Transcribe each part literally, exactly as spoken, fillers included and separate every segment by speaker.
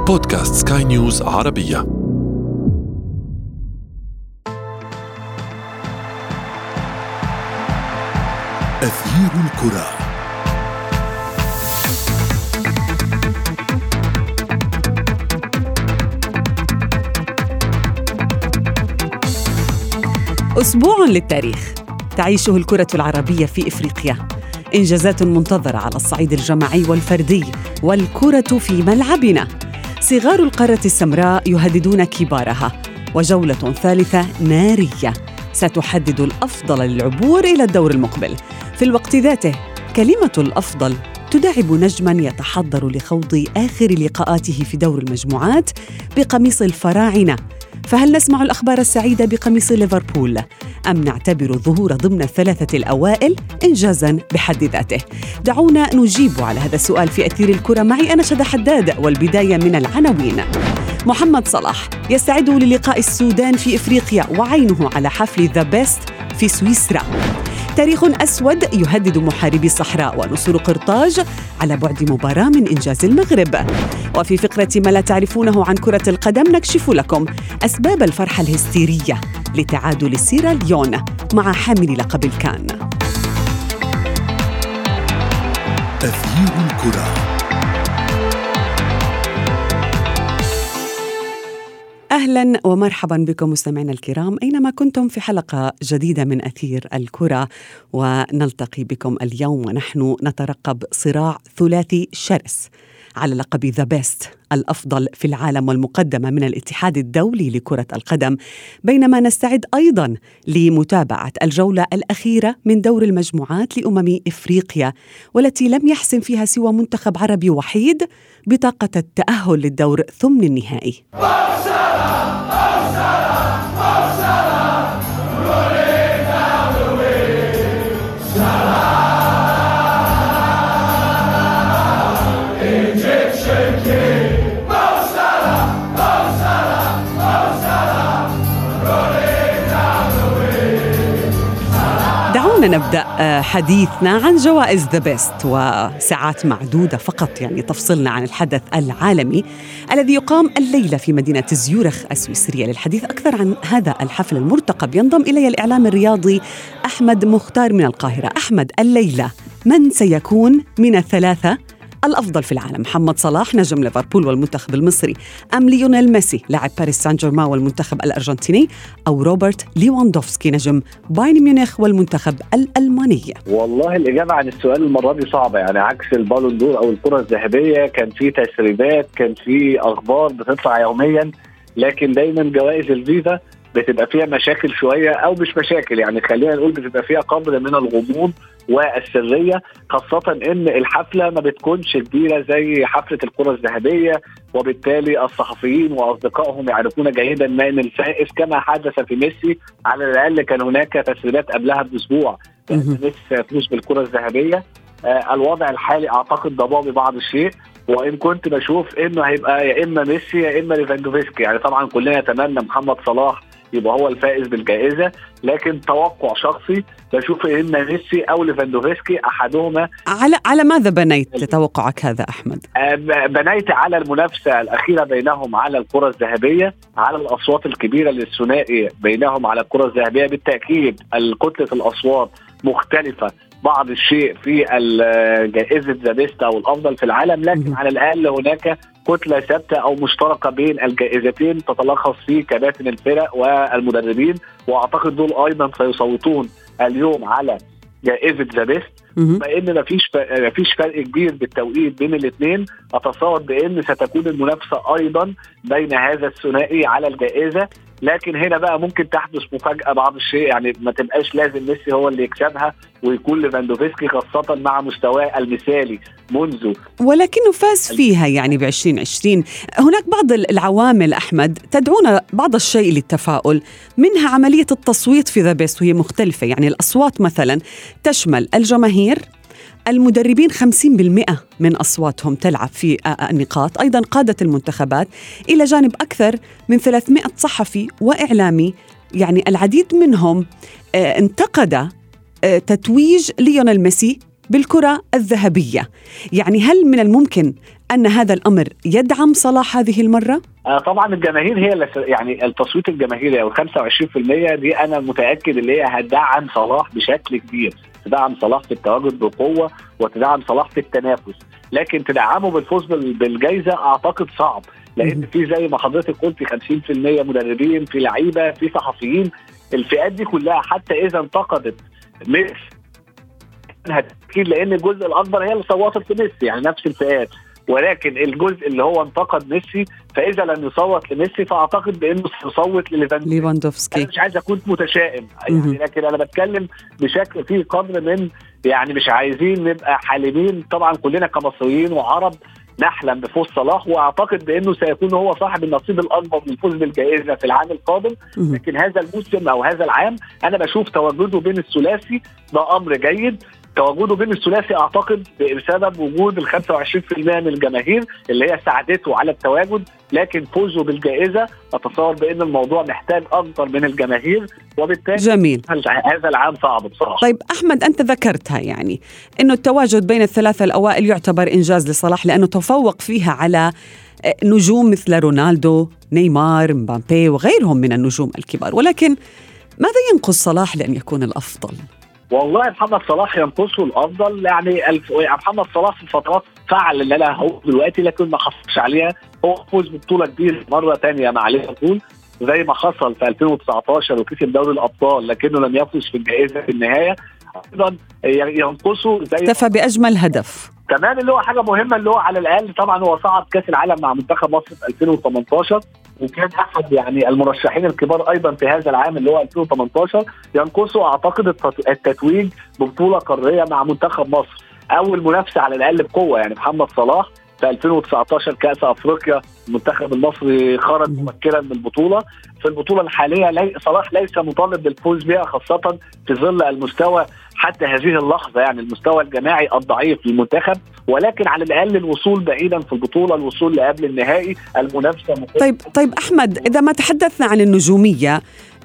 Speaker 1: بودكاست سكاي نيوز عربية. أثير الكرة.
Speaker 2: أسبوع للتاريخ تعيشه الكرة العربية في إفريقيا، إنجازات منتظرة على الصعيد الجماعي والفردي، والكرة في ملعبنا. صغار القارة السمراء يهددون كبارها، وجولة ثالثة نارية ستحدد الأفضل للعبور إلى الدور المقبل. في الوقت ذاته كلمة الأفضل تداعب نجماً يتحضر لخوض آخر لقاءاته في دور المجموعات بقميص الفراعنة. فهل نسمع الأخبار السعيدة بقميص ليفربول، أم نعتبر الظهور ضمن الثلاثة الأوائل إنجازاً بحد ذاته؟ دعونا نجيب على هذا السؤال في أثير الكرة معي أنا شذى حداد، والبداية من العناوين. محمد صلاح يستعد للقاء السودان في إفريقيا، وعينه على حفل ذا بيست في سويسرا. تاريخ أسود يهدد محاربي الصحراء، ونصر قرطاج على بعد مباراة من إنجاز المغرب. وفي فقرة ما لا تعرفونه عن كرة القدم نكشف لكم أسباب الفرحة الهستيرية لتعادل سيراليون مع حامل لقب الكان.
Speaker 1: أثير الكرة.
Speaker 2: أهلاً ومرحباً بكم مستمعينا الكرام أينما كنتم في حلقة جديدة من أثير الكرة، ونلتقي بكم اليوم ونحن نترقب صراع ثلاثي شرس على لقب ذا بيست الأفضل في العالم والمقدمة من الاتحاد الدولي لكرة القدم، بينما نستعد أيضاً لمتابعة الجولة الأخيرة من دور المجموعات لأمم إفريقيا، والتي لم يحسم فيها سوى منتخب عربي وحيد بطاقة التأهل للدور ثمن النهائي. دعونا نبدأ حديثنا عن جوائز ذا بيست، وساعات معدودة فقط يعني تفصلنا عن الحدث العالمي الذي يقام الليلة في مدينة زيورخ السويسرية. للحديث أكثر عن هذا الحفل المرتقب ينضم إلي الإعلام الرياضي أحمد مختار من القاهرة. أحمد، الليلة من سيكون من الثلاثة الأفضل في العالم؟ محمد صلاح نجم ليفربول والمنتخب المصري، أم ليونيل ميسي لاعب باريس سان جيرمان والمنتخب الأرجنتيني، أو روبرت ليواندوفسكي نجم بايرن ميونخ والمنتخب الألماني؟
Speaker 3: والله الإجابة عن السؤال المرة دي صعبة، يعني عكس البالون دور أو الكرة الذهبية كان في تسريبات، كان في أخبار بتطلع يوميا، لكن دايما جوائز الفيفا بتبقى فيها مشاكل شوية، أو مش مشاكل يعني خلينا نقول بتبقى فيها قدر من الغموض والسرية، خاصة إن الحفلة ما بتكونش كبيرة زي حفلة الكرة الذهبية، وبالتالي الصحفيين وأصدقائهم يعرفون جيدا من الفائز، كما حدث في ميسي. على الأقل كان هناك تسريبات قبلها بأسبوع يعني ميسي سيفوز بالكرة الذهبية. آه الوضع الحالي أعتقد ضبابي بعض الشيء، وإن كنت بشوف إنه هيبقى يا إما ميسي يا إما ليفاندوفسكي. يعني طبعا كلنا نتمنى محمد صلاح يبقى هو الفائز بالجائزة، لكن توقع شخصي بشوف إن ميسي أو ليفاندوفسكي أحدهما.
Speaker 2: على على ماذا بنيت توقعك هذا أحمد؟
Speaker 3: بنيت على المنافسة الأخيرة بينهم على الكرة الذهبية، على الأصوات الكبيرة للثنائي بينهم على الكرة الذهبية. بالتأكيد الكتلة الأصوات مختلفة بعض الشيء في جائزة ذا بيست أو الأفضل في العالم، لكن على الأقل هناك كتلة ثابتة أو مشتركة بين الجائزتين تتلخص في كباتن الفرق والمدربين، وأعتقد دول أيضا سيصوتون اليوم على جائزة ذا بيست. فإن مفيش مفيش فرق كبير بالتوقيت بين الاثنين، أتصور بأن ستكون المنافسة أيضا بين هذا الثنائي على الجائزة. لكن هنا بقى ممكن تحدث مفاجأة بعض الشيء، يعني ما تبقاش لازم ميسي هو اللي يكسبها ويكون ليفاندوفسكي، خاصة مع مستواه المثالي منذ،
Speaker 2: ولكنه فاز فيها يعني بعشرين عشرين. هناك بعض العوامل أحمد تدعونا بعض الشيء للتفاؤل، منها عملية التصويت في ذا بيست وهي مختلفة. يعني الأصوات مثلا تشمل الجماهير، المدربين خمسين بالمئة من أصواتهم تلعب في النقاط، أيضا قادة المنتخبات، إلى جانب أكثر من ثلاثمئة صحفي وإعلامي. يعني العديد منهم انتقد تتويج ليونيل ميسي بالكرة الذهبية. يعني هل من الممكن أن هذا الأمر يدعم صلاح هذه المرة؟
Speaker 3: آه طبعا الجماهير هي اللي يعني التصويت الجماهيري او خمسة وعشرين بالمية دي انا متاكد ان هي هتدعم صلاح بشكل كبير، تدعم صلاح في التواجد بقوه وتدعم صلاح في التنافس، لكن تدعمه بالفوز بالجائزه اعتقد صعب، لان في زي ما حضرتك قلتي خمسين بالمية مدربين، في لعيبه، في صحفيين، الفئات دي كلها حتى اذا انتقدت ميسي اكيد لان الجزء الاكبر هي اللي صوتت لميسي، يعني نفس الفئات، ولكن الجزء اللي هو انتقد ميسي فاذا لم يصوت لميسي فاعتقد بانه سيصوت
Speaker 2: لليفاندوفسكي.
Speaker 3: انا مش عايز اكون متشائم يعني، لكن انا بتكلم بشكل فيه قدر من يعني مش عايزين نبقى حالمين، طبعا كلنا كمصريين وعرب نحلم بفوز صلاح، واعتقد بانه سيكون هو صاحب النصيب الاكبر من الفوز بالجائزه في العام القادم. لكن هذا الموسم او هذا العام انا بشوف تواجده بين الثلاثي ده امر جيد، تواجده بين الثلاثي اعتقد بسبب وجود ال خمسة وعشرين بالمية من الجماهير اللي هي ساعدته على التواجد، لكن فوزه بالجائزه اتصور بان الموضوع محتاج اكثر من الجماهير، وبالتالي
Speaker 2: جميل.
Speaker 3: هذا العام صعب بصراحه.
Speaker 2: طيب احمد، انت ذكرتها يعني انه التواجد بين الثلاثه الاوائل يعتبر انجاز لصلاح لانه تفوق فيها على نجوم مثل رونالدو، نيمار، مبابي وغيرهم من النجوم الكبار، ولكن ماذا ينقص صلاح لأن يكون الأفضل؟
Speaker 3: والله محمد صلاح ينقصه الافضل، يعني الف... محمد صلاح في فترات فعل اللي انا هقول دلوقتي لكن ما حصلش عليها، هو فوز ببطوله كبيره مره ثانيه مع ليفربول زي ما حصل في ألفين وتسعتاشر وكسب دوري الابطال، لكنه لم يفوز في الجائزه في النهايه. ايضا ينقصه زي
Speaker 2: اكتفى باجمل هدف
Speaker 3: كمان اللي هو حاجه مهمه، اللي هو على الاقل طبعا هو صعد كاس العالم مع منتخب مصر في ألفين وتمنتاشر، وكان احد يعني المرشحين الكبار ايضا في هذا العام اللي هو ألفين وتمنتاشر. ينقصه اعتقد التتويج ببطوله قاريه مع منتخب مصر، اول منافسه على الاقل بقوه، يعني محمد صلاح في ألفين وتسعتاشر كاس افريقيا المنتخب المصري خرج مبكرا من البطوله، في البطوله الحاليه لي صلاح ليس مطالب بالفوز بها، خاصه في ظل المستوى حتى هذه اللحظه، يعني المستوى الجماعي الضعيف للمنتخب، ولكن على الاقل الوصول بعيدا في البطوله، الوصول لقبل النهائي، المنافسه مختلفة.
Speaker 2: طيب طيب احمد، اذا ما تحدثنا عن النجوميه،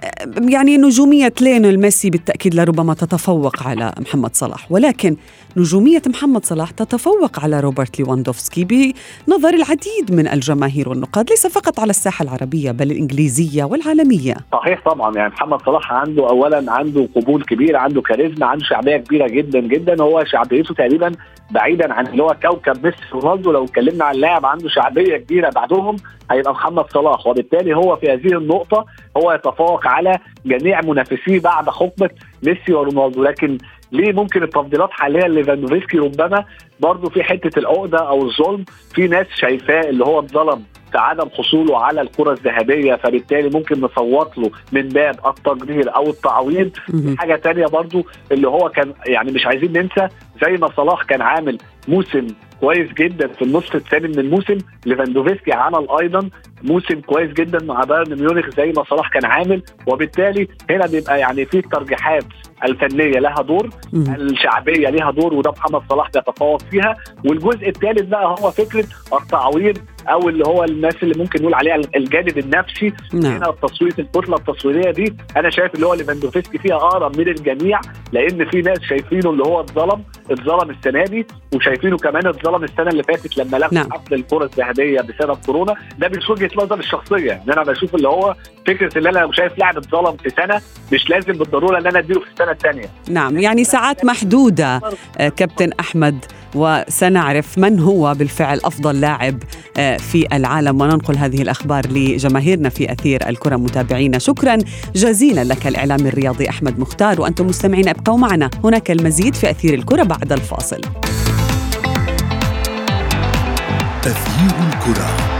Speaker 2: يعني نجوميه ليونيل ميسي بالتاكيد لربما تتفوق على محمد صلاح، ولكن نجوميه محمد صلاح تتفوق على روبرت ليفاندوفسكي بنظر العديد من الجماهير والنقاد، ليس فقط على الساحه العربيه بل الانجليزيه والعالميه.
Speaker 3: صحيح طبعا، يعني محمد صلاح عنده اولا عنده قبول كبير، عنده كاريزما، عنده شعبيه كبيره جدا جدا، هو شعبيته تقريبا بعيدا عن اللي هو كوكب ميسي ورونالدو، لو اتكلمنا عن لاعب عنده شعبيه كبيره بعدهم هيبقى محمد صلاح، وبالتالي هو في هذه النقطه هو يتفوق على جميع منافسيه بعد حقبه ميسي ورونالدو. لكن ليه ممكن التفضيلات حاليا ليفاندوفسكي ربما برضه في حته العقده او الظلم، في ناس شايفاه اللي هو اتظلم في عدم حصوله على الكرة الذهبية، فبالتالي ممكن نصوت له من باب التقدير او التعويض. حاجة تانية برضو اللي هو كان يعني مش عايزين ننسى، زي ما صلاح كان عامل موسم كويس جدا في النصف الثاني من الموسم، ليفاندوفسكي عمل ايضا موسم كويس جدا مع بايرن ميونخ زي ما صلاح كان عامل، وبالتالي هنا بيبقى يعني في الترجيحات الفنيه لها دور، الشعبيه لها دور، وده محمد صلاح بيتفوق فيها. والجزء الثالث بقى هو فكره التعويض او اللي هو الناس اللي ممكن نقول عليها الجانب النفسي. نعم. هنا التصويت، الكتله التصويتيه دي انا شايف اللي هو ليفاندوفسكي فيها اقرب من الجميع، لان في ناس شايفينه اللي هو اتظلم اتظلم السنه دي، وشايفينه كمان اتظلم السنه اللي فاتت لما لغوا نعم. حفل الكره الذهبيه بسبب كورونا. ده مش وجهه نظر الشخصيه، يعني انا بشوف اللي هو فكره اللي انا لو شايف لاعب اتظلم في سنه مش لازم بالضروره ان انا اديله في السنه الثانيه.
Speaker 2: نعم، يعني ساعات محدوده كابتن احمد، وسنعرف من هو بالفعل أفضل لاعب في العالم، وننقل هذه الأخبار لجماهيرنا في أثير الكرة. متابعينا، شكرا جزيلا لك الإعلامي الرياضي أحمد مختار، وأنتم مستمعين ابقوا معنا، هناك المزيد في أثير الكرة بعد الفاصل.
Speaker 1: أثير الكرة.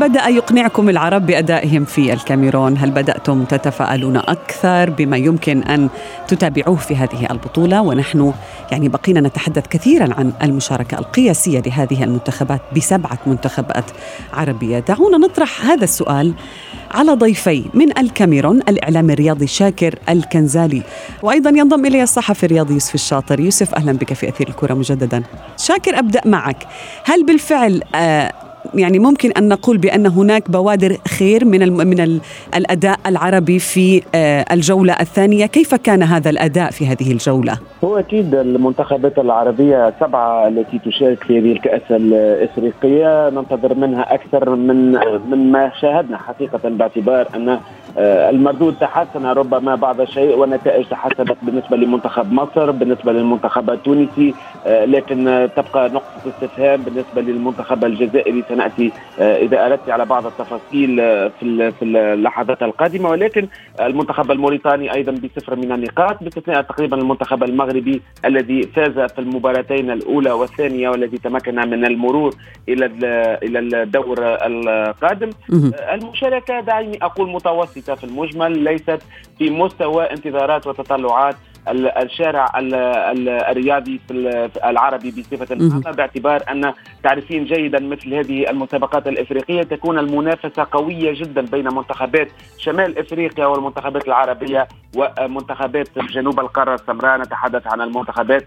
Speaker 2: بدأ يقنعكم العرب بأدائهم في الكاميرون؟ هل بدأتم تتفاءلون أكثر بما يمكن أن تتابعوه في هذه البطولة؟ ونحن يعني بقينا نتحدث كثيرا عن المشاركة القياسية لهذه المنتخبات بسبعة منتخبات عربية. دعونا نطرح هذا السؤال على ضيفي من الكاميرون، الإعلامي الرياضي شاكر الكنزالي، وأيضا ينضم إلي الصحفي الرياضي يوسف الشاطر. يوسف، أهلا بك في أثير الكرة مجددا. شاكر، أبدأ معك. هل بالفعل آه يعني ممكن أن نقول بأن هناك بوادر خير من من الأداء العربي في الجولة الثانية؟ كيف كان هذا الأداء في هذه الجولة؟
Speaker 4: هو أكيد المنتخبات العربية سبعة التي تشارك في هذه الكأس الإفريقية ننتظر منها أكثر من من ما شاهدنا حقيقة، باعتبار أن المردود تحسن ربما بعض الشيء والنتائج تحسنت بالنسبة لمنتخب مصر، بالنسبة للمنتخب التونسي، لكن تبقى نقطة استفهام بالنسبة للمنتخب الجزائري. سنأتي إذا أردت على بعض التفاصيل في في اللحظات القادمة. ولكن المنتخب الموريتاني أيضا بصفر من النقاط، باستثناء تقريبا المنتخب المغربي الذي فاز في المباراتين الأولى والثانية والذي تمكن من المرور إلى إلى الدور القادم. المشاركة دعني أقول متوسطة في المجمل، ليست في مستوى انتظارات وتطلعات الشارع الرياضي العربي بصفة عامة، باعتبار أن تعرفين جيدا مثل هذه المسابقات الإفريقية تكون المنافسة قوية جدا بين منتخبات شمال إفريقيا والمنتخبات العربية ومنتخبات جنوب القارة السمراء. نتحدث عن المنتخبات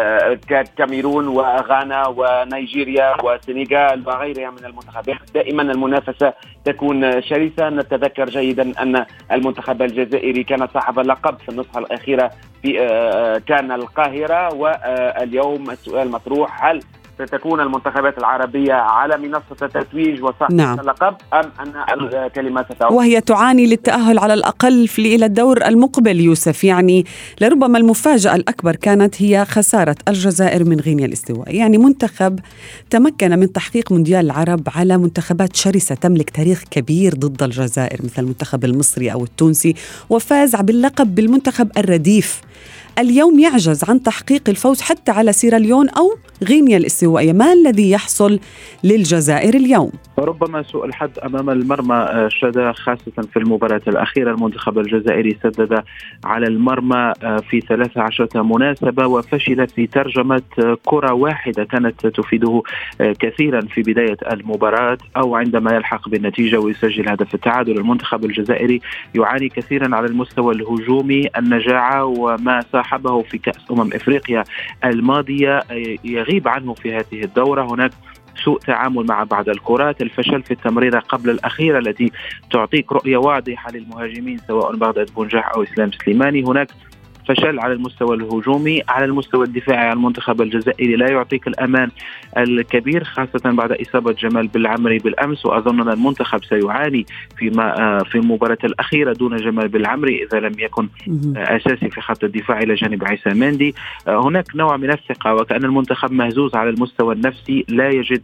Speaker 4: كاميرون وغانا ونيجيريا والسنغال وغيرها من المنتخبات. دائما المنافسة تكون شرسة. نتذكر جيدا أن المنتخب الجزائري كان صاحب اللقب في النسخة الأخيرة في كان القاهرة، واليوم السؤال مطروح: هل ستكون المنتخبات العربية على منصة التتويج وصاحبة نعم. اللقب، أم أن الكلمة ستعود
Speaker 2: وهي تعاني للتأهل على الأقل إلى الدور المقبل؟ يوسف، يعني لربما المفاجأة الأكبر كانت هي خسارة الجزائر من غينيا الاستوائية، يعني منتخب تمكن من تحقيق مونديال العرب على منتخبات شرسة تملك تاريخ كبير ضد الجزائر مثل المنتخب المصري أو التونسي، وفاز باللقب بالمنتخب الرديف. اليوم يعجز عن تحقيق الفوز حتى على سيراليون أو غينيا الاستوائية. ما الذي يحصل للجزائر اليوم؟
Speaker 4: ربما سوء الحظ أمام المرمى شدا، خاصة في المباراة الأخيرة. المنتخب الجزائري سدد على المرمى في ثلاث عشرة مناسبة وفشل في ترجمة كرة واحدة كانت تفيده كثيرا في بداية المباراة أو عندما يلحق بالنتيجة ويسجل هدف التعادل. المنتخب الجزائري يعاني كثيرا على المستوى الهجومي. النجاعة وما صاحبه في كأس أمم إفريقيا الماضية يغيب عنه في هذه الدورة. هناك سوء تعامل مع بعض الكرات، الفشل في التمريرة قبل الأخيرة التي تعطيك رؤية واضحة للمهاجمين سواء بغداد بونجاح أو إسلام سليماني. هناك فشل على المستوى الهجومي. على المستوى الدفاعي المنتخب الجزائري لا يعطيك الأمان الكبير، خاصة بعد إصابة جمال بالعمري بالأمس، وأظن أن المنتخب سيعاني فيما في المباراة الأخيرة دون جمال بالعمري إذا لم يكن أساسي في خط الدفاع إلى جانب عيسى مندي. هناك نوع من الثقة وكأن المنتخب مهزوز على المستوى النفسي، لا يجد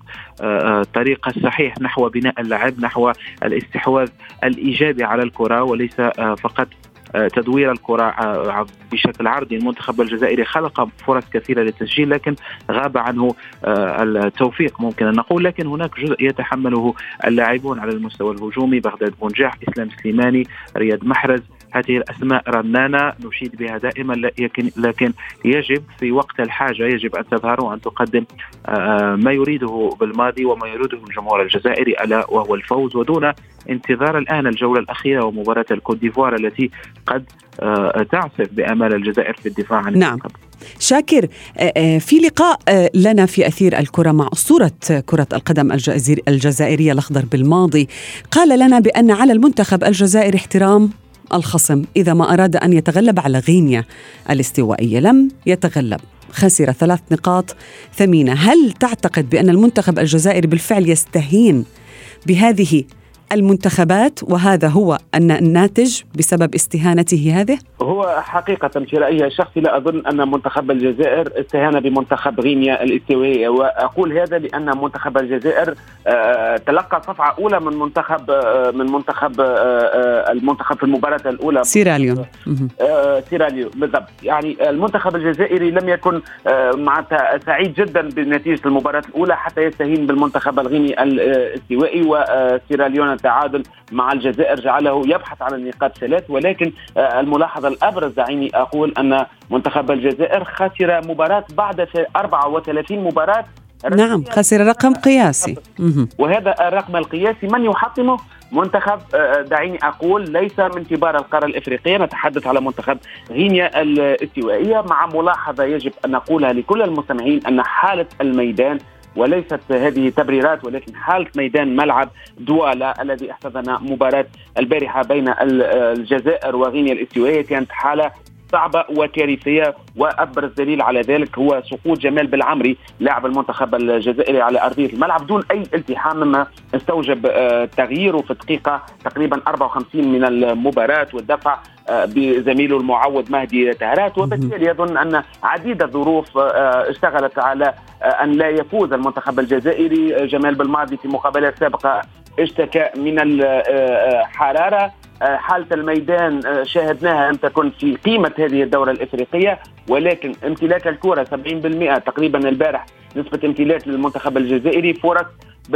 Speaker 4: طريقة صحيح نحو بناء اللعب، نحو الاستحواذ الإيجابي على الكرة وليس فقط تدوير الكرة بشكل عرضي. المنتخب الجزائري خلق فرص كثيرة للتسجيل لكن غاب عنه التوفيق ممكن أن نقول. لكن هناك جزء يتحمله اللاعبون على المستوى الهجومي: بغداد بونجاح، إسلام سليماني، رياض محرز. هذه الأسماء رنانة نشيد بها دائما، لكن لكن يجب في وقت الحاجة يجب أن تظهر وأن تقدم ما يريده بالماضي وما يريده الجمهور الجزائري، ألا وهو الفوز، ودون انتظار الآن الجولة الأخيرة ومباراة الكوت ديفوار التي قد تعصف بأمال الجزائر في الدفاع عن
Speaker 2: نعم.
Speaker 4: المنتخب.
Speaker 2: شاكر، في لقاء لنا في أثير الكرة مع أسطورة كرة القدم الجزائرية الأخضر بالماضي، قال لنا بأن على المنتخب الجزائري احترام الخصم إذا ما أراد أن يتغلب على غينيا الاستوائية. لم يتغلب، خسر ثلاث نقاط ثمينة. هل تعتقد بأن المنتخب الجزائري بالفعل يستهين بهذه المنتخبات وهذا هو أن الناتج بسبب استهانته هذه؟
Speaker 5: هو حقيقة في رأيي الشخصي لا أظن أن منتخب الجزائر استهان بمنتخب غينيا الاستوائية، وأقول هذا لأن منتخب الجزائر تلقى صفعة أولى من منتخب من منتخب المنتخب في المباراة الأولى
Speaker 2: سيراليون.
Speaker 5: سيراليون بالضبط. يعني المنتخب الجزائري لم يكن معناتها سعيد جدا بنتيجة المباراة الأولى حتى يستهين بالمنتخب الغيني الاستوائي، وسيراليون التعادل مع الجزائر جعله يبحث عن النقاط ثلاث. ولكن الملاحظة الأبرز دعيني أقول أن منتخب الجزائر خسر مباراة بعد أربعة وثلاثين مباراة.
Speaker 2: نعم، خسر رقم قياسي،
Speaker 5: وهذا الرقم القياسي من يحطمه؟ منتخب دعيني أقول ليس من كبار القارة الإفريقية، نتحدث على منتخب غينيا الاستوائية، مع ملاحظة يجب أن نقولها لكل المستمعين أن حالة الميدان، وليست هذه تبريرات ولكن حالة ميدان ملعب دوالا الذي احتضن مباراة البارحة بين الجزائر وغينيا الاستوائية كانت حالة صعبة وكارثية، وأبرز دليل على ذلك هو سقوط جمال بالعمري لاعب المنتخب الجزائري على أرضية الملعب دون أي التحام، مما استوجب تغييره في الدقيقة تقريبا أربعة وخمسين من المباراة والدفع بزميله المعوض مهدي تهرات. وبالتالي يظن أن عديد الظروف اشتغلت على أن لا يفوز المنتخب الجزائري. جمال بالماضي في مقابلات سابقة اشتكى من الحرارة. حالة الميدان شاهدناها أن تكون في قيمة هذه الدورة الإفريقية، ولكن امتلاك الكرة سبعين بالمئة تقريبا البارح نسبة امتلاك للمنتخب الجزائري، فرص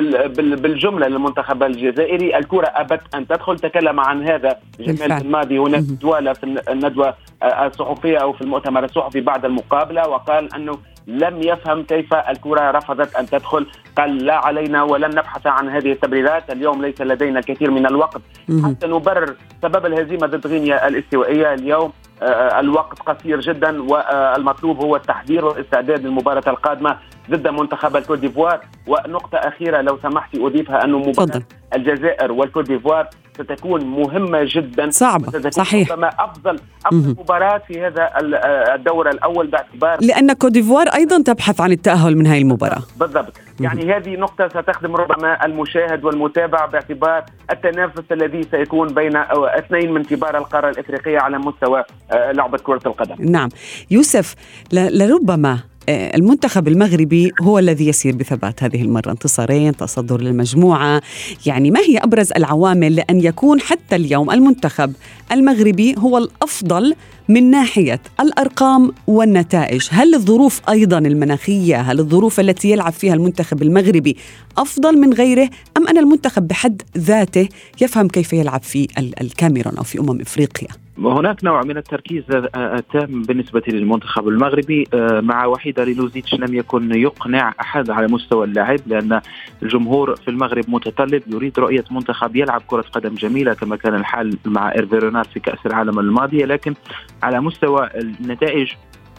Speaker 5: بالجملة للمنتخب الجزائري، الكرة أبت أن تدخل. تكلم عن هذا جمال الماضي هناك دولة في الندوة الصحفية أو في المؤتمر الصحفي بعد المقابلة، وقال أنه لم يفهم كيف الكرة رفضت أن تدخل. قال لا علينا ولن نبحث عن هذه التبريرات، اليوم ليس لدينا الكثير من الوقت حتى نبرر سبب الهزيمة ضد غينيا الاستوائية. اليوم الوقت قصير جدا، والمطلوب هو التحضير والاستعداد للمباراة القادمة ضد منتخب الكوت ديفوار. ونقطة أخيرة لو سمحتي أضيفها، أنه مباراة الجزائر والكوت ديفوار ستكون مهمة جدا،
Speaker 2: صعبة، صحيح،
Speaker 5: أفضل أفضل مباراة في هذا الدور الأول باعتبار
Speaker 2: لأن كوت ديفوار أيضا تبحث عن التأهل من هذه المباراة.
Speaker 5: بالضبط. يعني هذه نقطة ستخدم ربما المشاهد والمتابع باعتبار التنافس الذي سيكون بين اثنين من كبار القارة الإفريقية على مستوى لعبة كرة القدم.
Speaker 2: نعم يوسف، لربما المنتخب المغربي هو الذي يسير بثبات هذه المرة، انتصارين، تصدر للمجموعة. يعني ما هي أبرز العوامل لأن يكون حتى اليوم المنتخب المغربي هو الأفضل من ناحية الأرقام والنتائج؟ هل الظروف أيضا المناخية، هل الظروف التي يلعب فيها المنتخب المغربي أفضل من غيره، أم أن المنتخب بحد ذاته يفهم كيف يلعب في الكاميرون أو في أمم إفريقيا؟
Speaker 4: هناك نوع من التركيز التام بالنسبة للمنتخب المغربي، مع وحيد ليلوزيتش لم يكن يقنع أحد على مستوى اللاعب، لأن الجمهور في المغرب متطلب يريد رؤية منتخب يلعب كرة قدم جميلة كما كان الحال مع إيرفي رونالد في كأس العالم الماضية. لكن على مستوى النتائج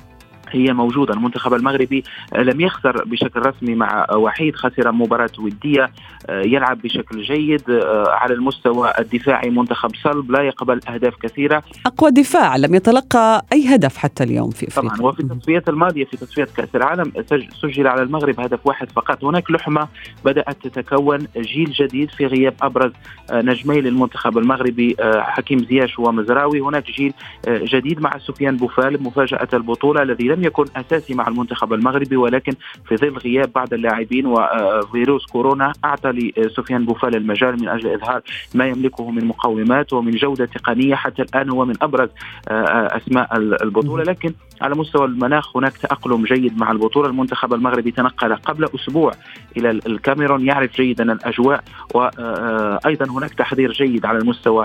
Speaker 4: هي موجودة. المنتخب المغربي لم يخسر بشكل رسمي مع وحيد، خسر مباراة ودية، يلعب بشكل جيد على المستوى الدفاعي، منتخب صلب لا يقبل أهداف كثيرة،
Speaker 2: أقوى دفاع، لم يتلقى أي هدف حتى اليوم في أفريقيا.
Speaker 4: طبعا. وفي التصفيات الماضية في تصفيات كأس العالم سجل على المغرب هدف واحد فقط. هناك لحمة بدأت تتكون، جيل جديد في غياب أبرز نجمي للمنتخب المغربي حكيم زياش ومزراوي. هناك جيل جديد مع سفيان بوفال مفاجأة البطولة الذي لم يكن أساسي مع المنتخب المغربي، ولكن في ظل غياب بعض اللاعبين وفيروس كورونا أعطى لسفيان بوفال المجال من أجل إظهار ما يملكه من مقومات ومن جودة تقنية. حتى الآن هو من أبرز أسماء البطولة. لكن على مستوى المناخ هناك تأقلم جيد مع البطولة. المنتخب المغربي تنقل قبل أسبوع إلى الكاميرون، يعرف جيدا الأجواء، وأيضا هناك تحضير جيد على المستوى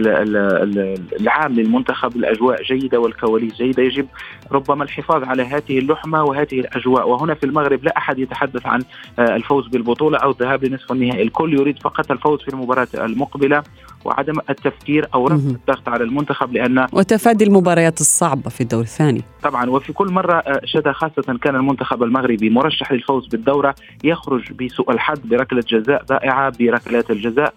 Speaker 4: العام للمنتخب. الأجواء جيدة والكواليس جيدة، يجب ربما الحفاظ على هذه اللحمة وهذه الأجواء. وهنا في المغرب لا أحد يتحدث عن الفوز بالبطولة أو الذهاب لنصف النهائي، الكل يريد فقط الفوز في المباراة المقبلة وعدم التفكير أو رفع الضغط على المنتخب، لأن
Speaker 2: وتفادي المباريات الصعبة في الدور الثاني.
Speaker 4: طبعا، وفي كل مرة شدا خاصة كان المنتخب المغربي مرشح للفوز بالدورة يخرج بسوء الحظ بركلة جزاء ضائعة بركلات الجزاء.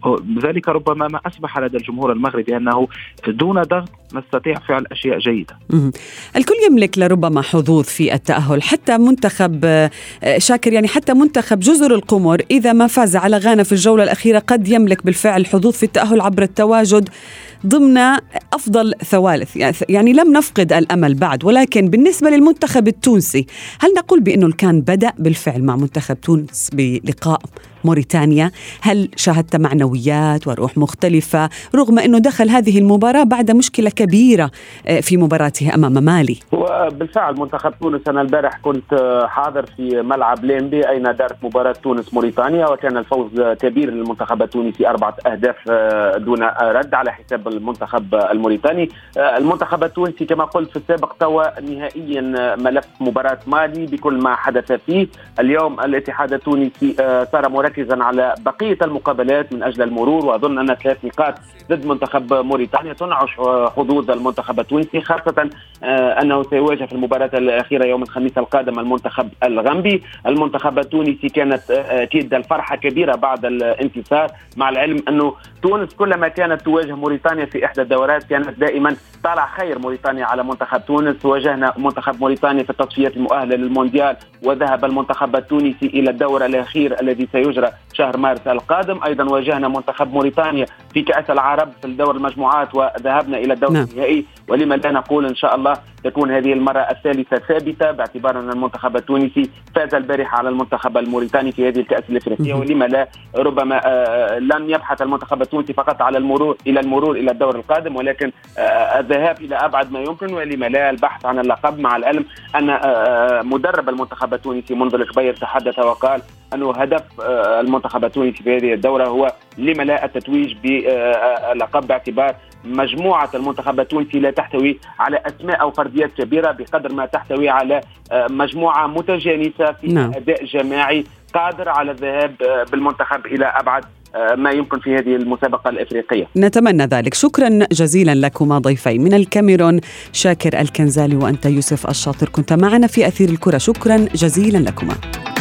Speaker 4: ذلك ربما ما أصبح لدى الجمهور المغربي أنه دون ضغط نستطيع فعل أشياء جيدة.
Speaker 2: الكل يملك لربما حظوظ في التأهل، حتى منتخب شاكر يعني حتى منتخب جزر القمر إذا ما فاز على غانا في الجولة الأخيرة قد يملك بالفعل حظوظ في التأهل عبر التواجد ضمن أفضل ثوالث. يعني لم نفقد الأمل بعد، ولكن بالنسبة للمنتخب التونسي هل نقول بأنه كان بدأ بالفعل مع منتخب تونس بلقاء موريتانيا؟ هل شاهدت معنويات وروح مختلفة رغم أنه دخل هذه المباراة بعد مشكلة كبيرة في مباراته أمام مالي؟
Speaker 5: وبالفعل منتخب تونس، أنا البارح كنت حاضر في ملعب ليمبي أين دارت مباراة تونس موريتانيا، وكان الفوز كبير للمنتخب التونسي أربعة أهداف دون رد على حساب المنتخب الموريتاني. المنتخب التونسي كما قلت في السابق توا نهائيا ملف مباراة مالي بكل ما حدث فيه. اليوم الاتحاد التونسي صار مركزا على بقية المقابلات من أجل المرور، وأظن أن ثلاث نقاط ضد منتخب موريتانيا تنعش حظوظ المنتخب التونسي، خاصة أنه سيواجه في المباراة الأخيرة يوم الخميس القادم المنتخب الغامبي. المنتخب التونسي كانت أكيد الفرحة كبيرة بعد الانتصار، مع العلم أنه تونس كلما كانت تواجه موريتانيا في إحدى الدورات كانت دائما طالع خير موريتانيا على منتخب تونس. واجهنا منتخب موريتانيا في التصفيات المؤهلة للمونديال، وذهب المنتخب التونسي إلى الدور الأخير الذي سيجرى شهر مارس القادم. أيضا واجهنا منتخب موريتانيا في كأس العرب في الدور المجموعات وذهبنا إلى الدور نعم. النهائي، ولما لا نقول إن شاء الله تكون هذه المرة الثالثة ثابتة، باعتبار أن المنتخب التونسي فاز البارحة على المنتخب الموريتاني في هذه الكأس الإفريقية، ولما لا ربما آه لن يبحث المنتخب التونسي فقط على المرور إلى المرور إلى الدور القادم، ولكن آه الذهاب إلى أبعد ما يمكن، ولما لا البحث عن اللقب، مع العلم أن آه مدرب المنتخب التونسي منذ الكبير تحدث وقال أنه هدف آه المنتخب التونسي في هذه الدورة هو لما لا التتويج باللقب، باعتبار مجموعة المنتخب التونسي لا تحتوي على أسماء أو فرديات كبيرة بقدر ما تحتوي على مجموعة متجانسة في نعم. أداء جماعي قادر على الذهاب بالمنتخب إلى أبعد ما يمكن في هذه المسابقة الإفريقية.
Speaker 2: نتمنى ذلك. شكرا جزيلا لكما ضيفي من الكاميرون شاكر الكنزالي وأنت يوسف الشاطر، كنت معنا في أثير الكرة. شكرا جزيلا لكما.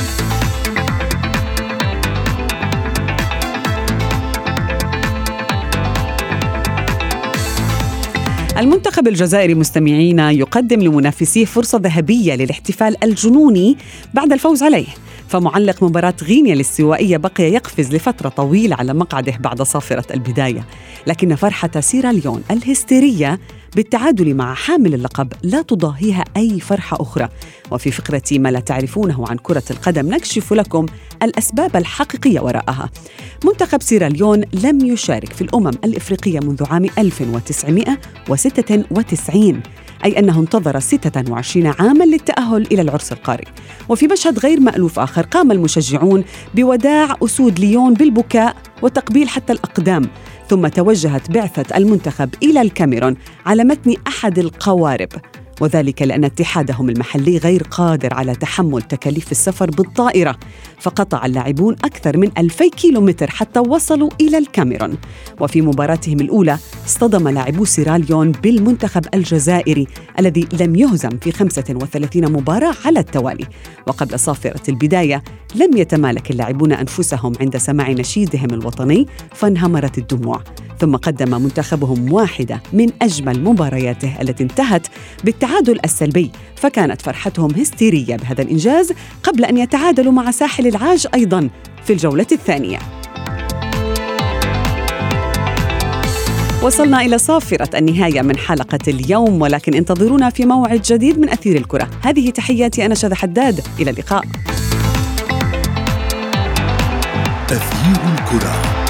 Speaker 2: المنتخب الجزائري مستمعينا يقدم لمنافسيه فرصة ذهبية للاحتفال الجنوني بعد الفوز عليه، فمعلق مباراة غينيا الاستوائية بقي يقفز لفترة طويلة على مقعده بعد صافرة البداية، لكن فرحة سيراليون الهستيرية بالتعادل مع حامل اللقب لا تضاهيها أي فرحة أخرى. وفي فقرة ما لا تعرفونه عن كرة القدم نكشف لكم الأسباب الحقيقية وراءها. منتخب سيراليون لم يشارك في الأمم الإفريقية منذ عام ألف وتسعمائة وستة وتسعين، أي أنه انتظر ستة وعشرين عاماً للتأهل إلى العرس القاري. وفي مشهد غير مألوف آخر قام المشجعون بوداع أسود ليون بالبكاء وتقبيل حتى الأقدام، ثم توجهت بعثة المنتخب إلى الكاميرون على متن أحد القوارب، وذلك لأن اتحادهم المحلي غير قادر على تحمل تكاليف السفر بالطائرة، فقطع اللاعبون أكثر من ألفي كيلومتر حتى وصلوا إلى الكاميرون. وفي مباراتهم الأولى اصطدم لاعبو سيراليون بالمنتخب الجزائري الذي لم يهزم في خمسة وثلاثين مباراة على التوالي. وقبل صافرة البداية لم يتمالك اللاعبون أنفسهم عند سماع نشيدهم الوطني فانهمرت الدموع، ثم قدم منتخبهم واحدة من أجمل مبارياته التي انتهت بالتعادل السلبي، فكانت فرحتهم هستيرية بهذا الإنجاز قبل أن يتعادلوا مع ساحل العاج أيضاً في الجولة الثانية. وصلنا إلى صافرة النهاية من حلقة اليوم، ولكن انتظرونا في موعد جديد من أثير الكرة. هذه تحياتي، أنا شذى حداد، إلى اللقاء.
Speaker 1: أثير الكرة.